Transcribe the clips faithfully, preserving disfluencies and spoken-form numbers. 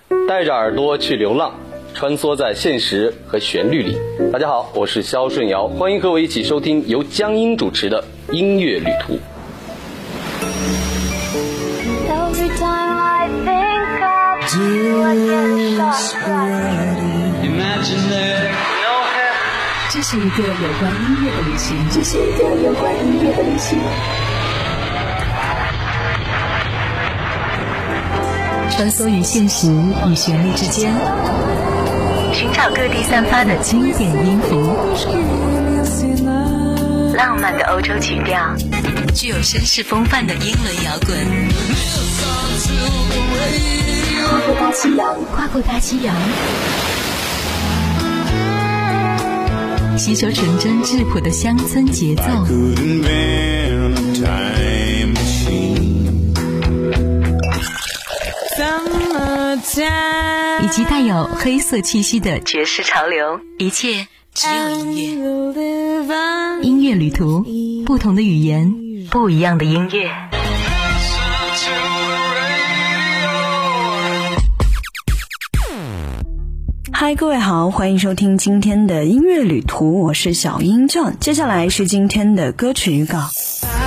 带着耳朵去流浪，穿梭在现实和旋律里。大家好，我是肖顺尧，欢迎和我一起收听由江阴主持的音乐旅途。 这是一个有关音乐的旅行，这是一个有关音乐的旅行。穿梭于现实与旋律之间，寻找各地散发的经典音符，浪漫的欧洲曲调，具有绅士风范的英伦摇滚。跨过大西洋，跨过大西洋，吸收纯真质朴的乡村节奏，以及带有黑色气息的爵士潮流，一切只有音乐。音乐旅途，不同的语言，不一样的音乐。 嗨，各位好，欢迎收听今天的音乐旅途，我是小英 John。接下来是今天的歌曲预告。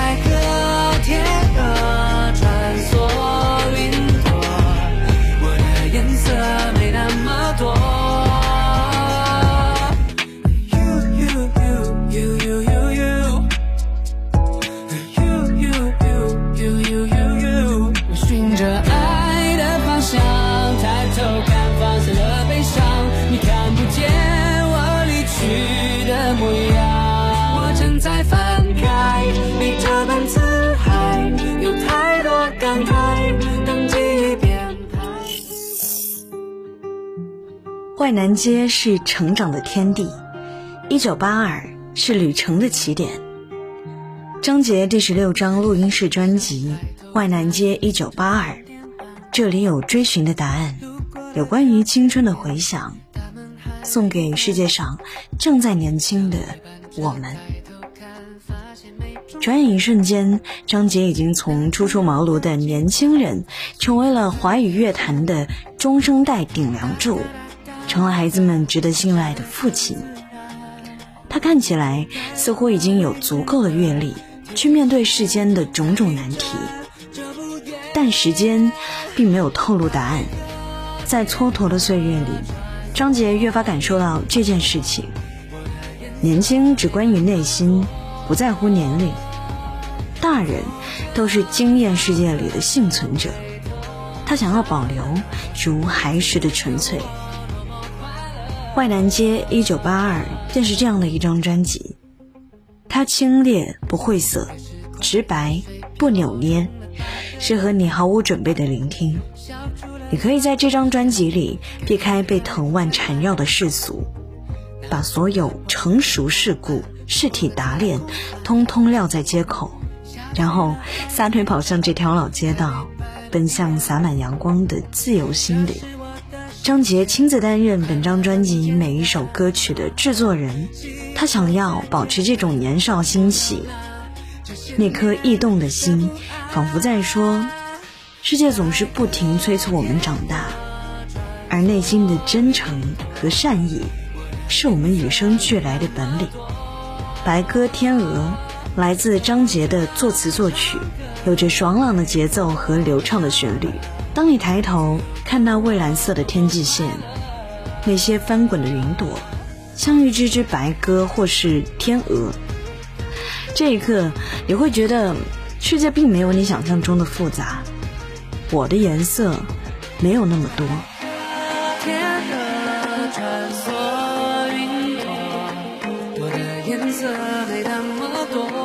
淮南街是成长的天地，一九八二是旅程的起点。张杰第十六张录音室专辑《淮南街一九八二》，这里有追寻的答案，有关于青春的回响，送给世界上正在年轻的我们。转眼一瞬间，张杰已经从初出茅庐的年轻人，成为了华语乐坛的中生代顶梁柱，成了孩子们值得信赖的父亲。他看起来似乎已经有足够的阅历去面对世间的种种难题，但时间并没有透露答案。在蹉跎的岁月里，张杰越发感受到这件事情：年轻只关于内心，不在乎年龄。大人都是经验世界里的幸存者，他想要保留如孩时的纯粹。淮南街一九八二便是这样的一张专辑，它清冽不晦涩，直白不扭捏，适合你毫无准备的聆听。你可以在这张专辑里避开被藤蔓缠绕的世俗，把所有成熟世故、世体打脸通通撂在街口，然后撒腿跑向这条老街道，奔向洒满阳光的自由心灵。张杰亲自担任本张专辑每一首歌曲的制作人，他想要保持这种年少欣喜，那颗异动的心仿佛在说，世界总是不停催促我们长大，而内心的真诚和善意是我们与生俱来的本领。白鸽天鹅来自张杰的作词作曲，有着爽朗的节奏和流畅的旋律。当你抬头看到蔚蓝色的天际线，那些翻滚的云朵像一只只白鸽或是天鹅，这一刻你会觉得世界并没有你想象中的复杂，我的颜色没有那么多。天鹅穿梭云朵，我的颜色没那么多。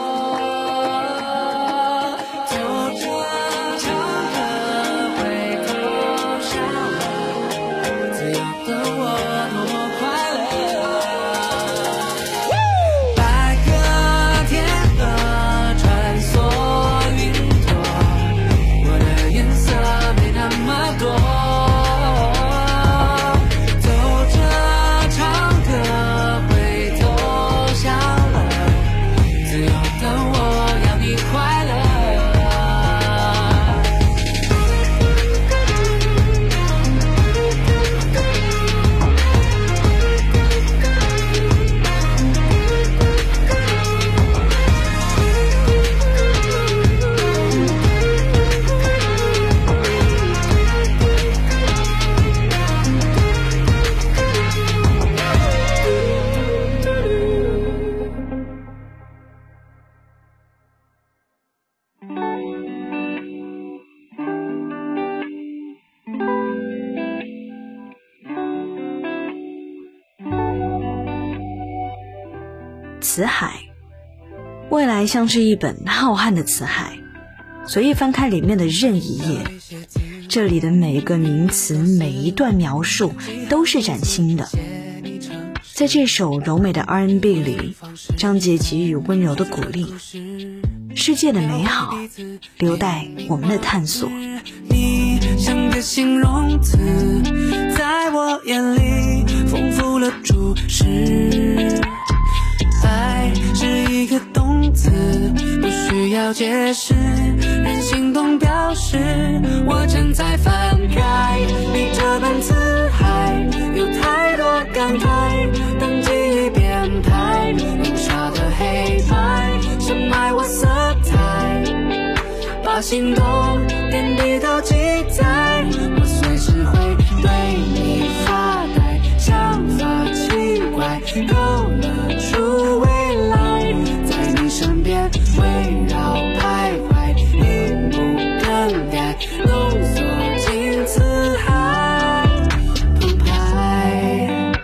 词海。未来像是一本浩瀚的词海，随意翻开里面的任意页，这里的每一个名词，每一段描述都是崭新的。在这首柔美的 R and B 里，张杰给予温柔的鼓励，世界的美好留待我们的探索。 你像个形容词，在我眼里丰富了注释。爱是一个动词，不需要解释，任心动表示。我正在翻开你这本词海，有太多感慨，当记忆编排，印刷的黑白，深埋我色彩，把心动点滴都记载。我随时会对你发呆，想法奇怪，勾勒出未来，在你身边围绕徘徊，一幕更改，浓缩进词海，澎湃。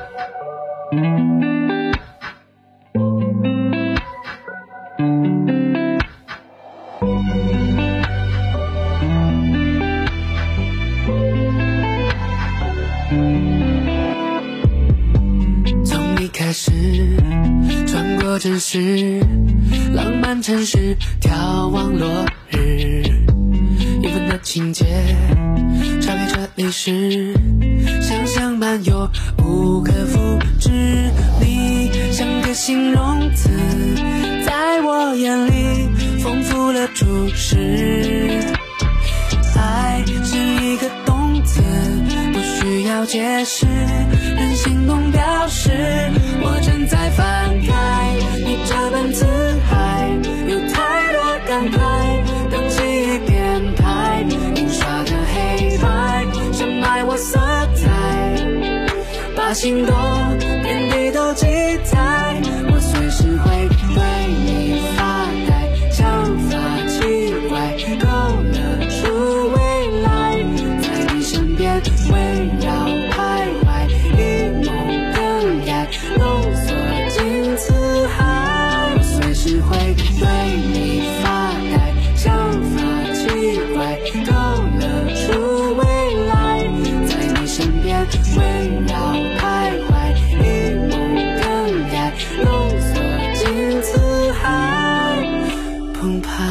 从一开始穿过城市，浪漫城市眺望落日，一份的情节超越这历史，想象漫游不可复制。你像个形容词，在我眼里丰富了注释。爱是一个动词，不需要解释，任心动表示。我正在翻开你这本词海，有太多感慨，当记忆编排，印刷的黑白，深埋我色彩，把心动点滴都记载。我随时会对你发呆，想法奇怪，勾勒出未来，在你身边围绕徘徊，一梦更改，浓缩进词海。我随时会对你发呆，想法奇怪，勾勒出未来，在你身边围绕徘徊，一梦更改，浓缩进词海，澎湃。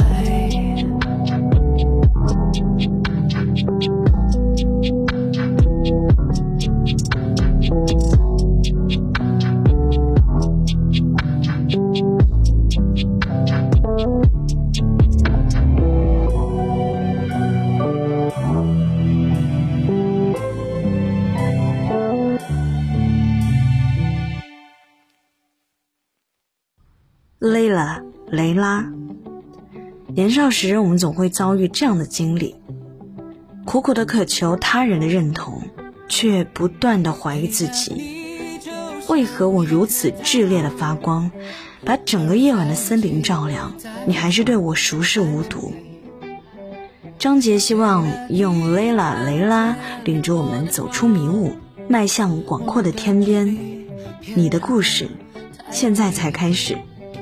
雷拉，雷拉。年少时，我们总会遭遇这样的经历，苦苦的渴求他人的认同，却不断的怀疑自己，为何我如此炽烈的发光，把整个夜晚的森林照亮，你还是对我熟视无睹。张杰希望用雷拉雷拉领着我们走出迷雾，迈向广阔的天边。你的故事现在才开始。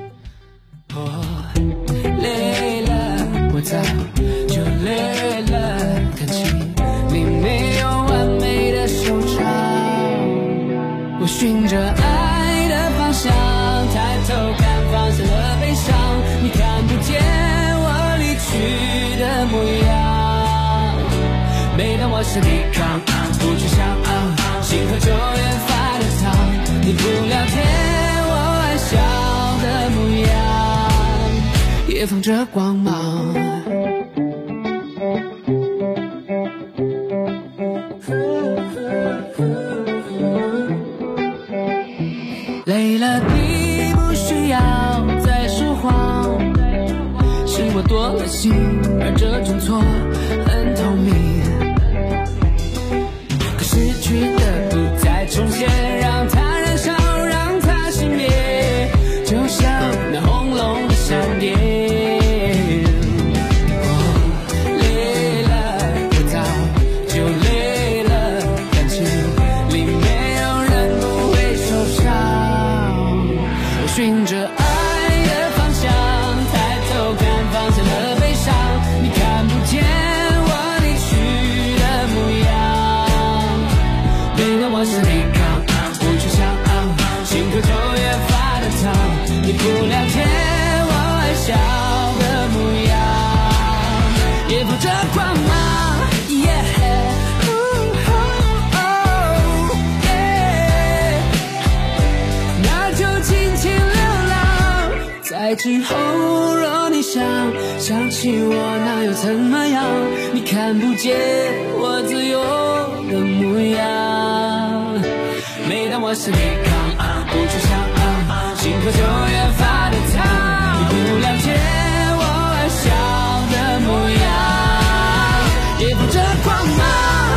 累了，我早就累了，感情里没有完美的收场。我循着爱的方向，抬头看放下了悲伤，你看不见我离去的模样。每当我想抵抗，不去想，心和就越发的烫。你不了解我爱笑的模样，也放着光芒。累了，你不需要再说谎，是我多了心，而这种错很透明。可失去的不再重现，让它燃烧，让它熄灭，就像那轰隆的闪电。循着爱我是你刚不去想，心口就越发的烫，你不了解我爱笑的模样，也放着光芒。在之后若你想想起我，那又怎么样？你看不见我自由的模样。每当我是你刚不去想，心口就越发的烫，你不了解我爱笑的模样，也放着光芒。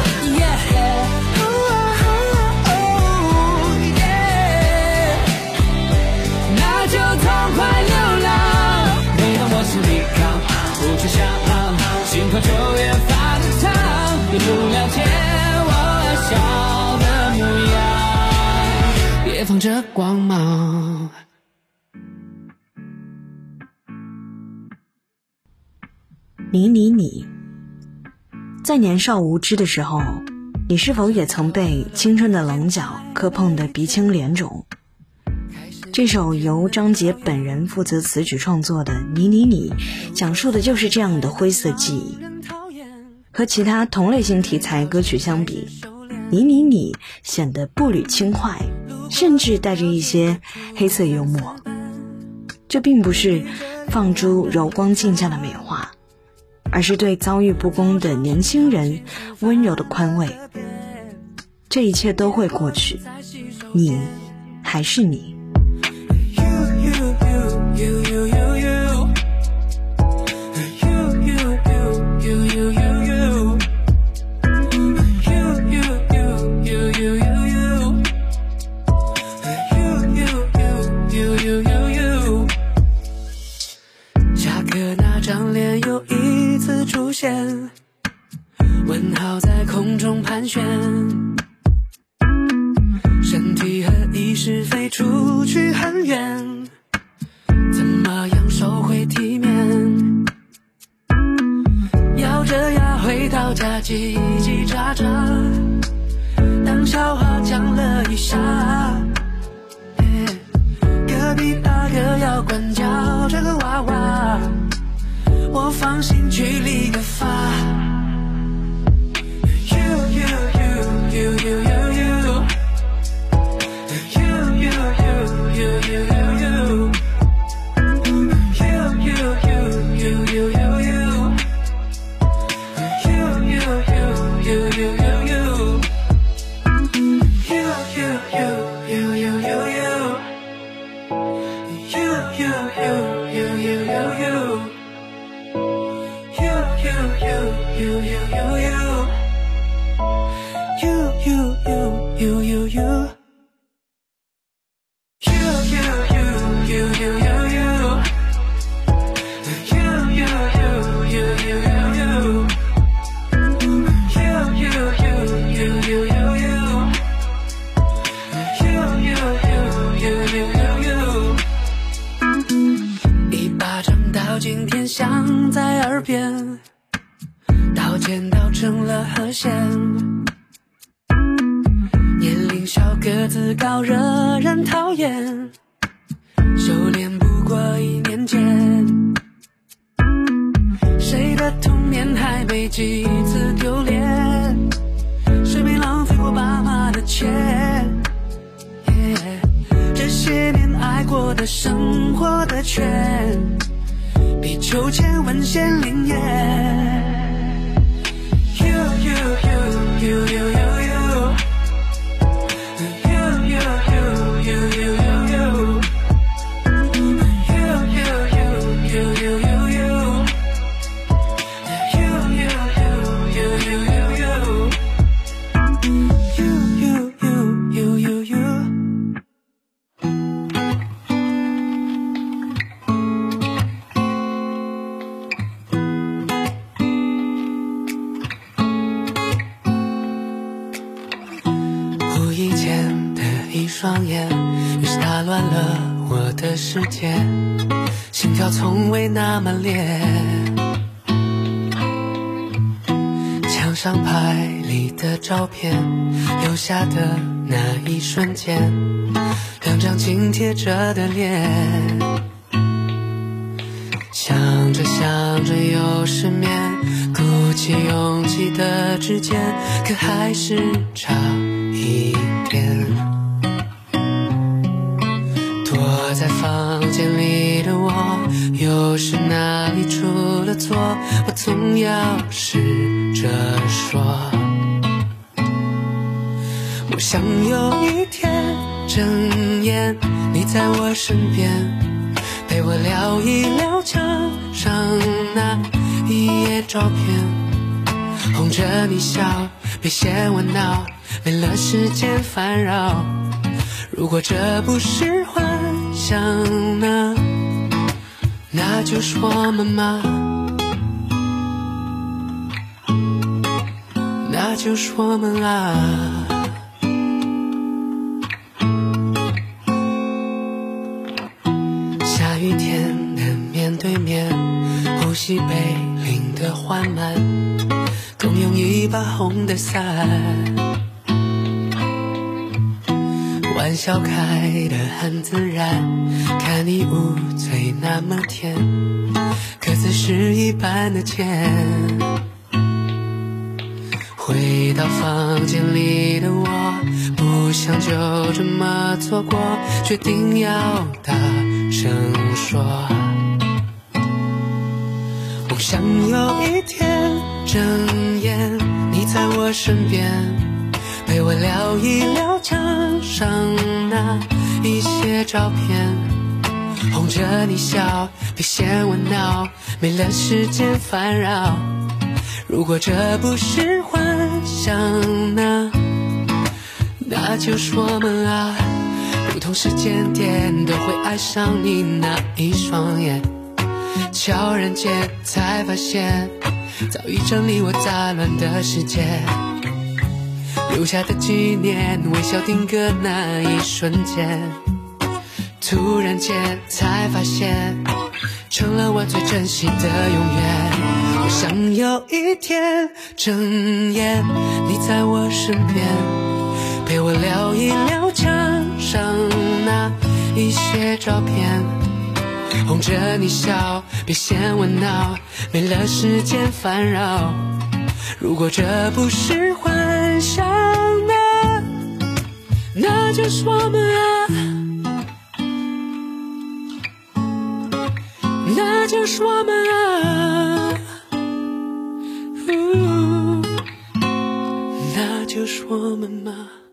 心口就越发的烫，你不了解我爱笑的模样，也放着光芒。 你你你，在年少无知的时候，你是否也曾被青春的棱角磕碰得鼻青脸肿？这首由张杰本人负责词曲创作的《你你你》，讲述的就是这样的灰色记忆。和其他同类型题材歌曲相比，《你你你》显得步履轻快，甚至带着一些黑色幽默。这并不是放诸柔光镜下的美化，而是对遭遇不公的年轻人温柔的宽慰。这一切都会过去，你还是你。 问号在空中盘旋，身体和意识飞出去很远，怎么样收回体面？咬着牙回到家叽叽喳喳，当笑话讲了一下，隔壁大哥要管教这个娃娃，我放心去理个发。 今天响在耳边，刀剑刀成了和弦，年龄小个子高惹人讨厌，修炼不过一年间，谁的童年还没几次丢脸，谁没浪费过爸妈的钱， yeah, 这些年爱过的生活的圈，比秋千文献林业。You you you you you you you you you you you you you you双眼，于是打乱了我的世界，心跳从未那么烈，墙上排里的照片，留下的那一瞬间，两张紧贴着的脸。想着想着又失眠，鼓起勇气的指尖，可还是差一点。躲在房间里的我，又是哪里出了错？我总要试着说，我想有一天睁眼，你在我身边，陪我聊一聊墙上那一页照片，哄着你笑，别嫌我闹，没了时间烦扰。如果这不是幻想呢，那就是我们吗？那就是我们啦。下雨天的面对面，呼吸被淋得缓慢，共用一把红的伞，玩笑开得很自然，看你无罪那么甜，可自是一般的甜。回到房间里的我，不想就这么错过，决定要大声说，梦想有一天睁眼，你在我身边，陪我聊一聊墙上那一些照片，哄着你笑，别嫌我闹，没了时间烦扰。如果这不是幻想呢，那就是我们啊。不同时间点都会爱上你那一双眼，悄然间才发现，早已整理我杂乱的世界，留下的纪念，微笑定格那一瞬间，突然间才发现，成了我最珍惜的永远。我想有一天睁眼，你在我身边，陪我聊一聊墙上那一些照片，哄着你笑，别嫌我闹，没了时间烦扰。如果这不是幻想呢，那就是我们啊，那就是我们啊，那就是我们吗？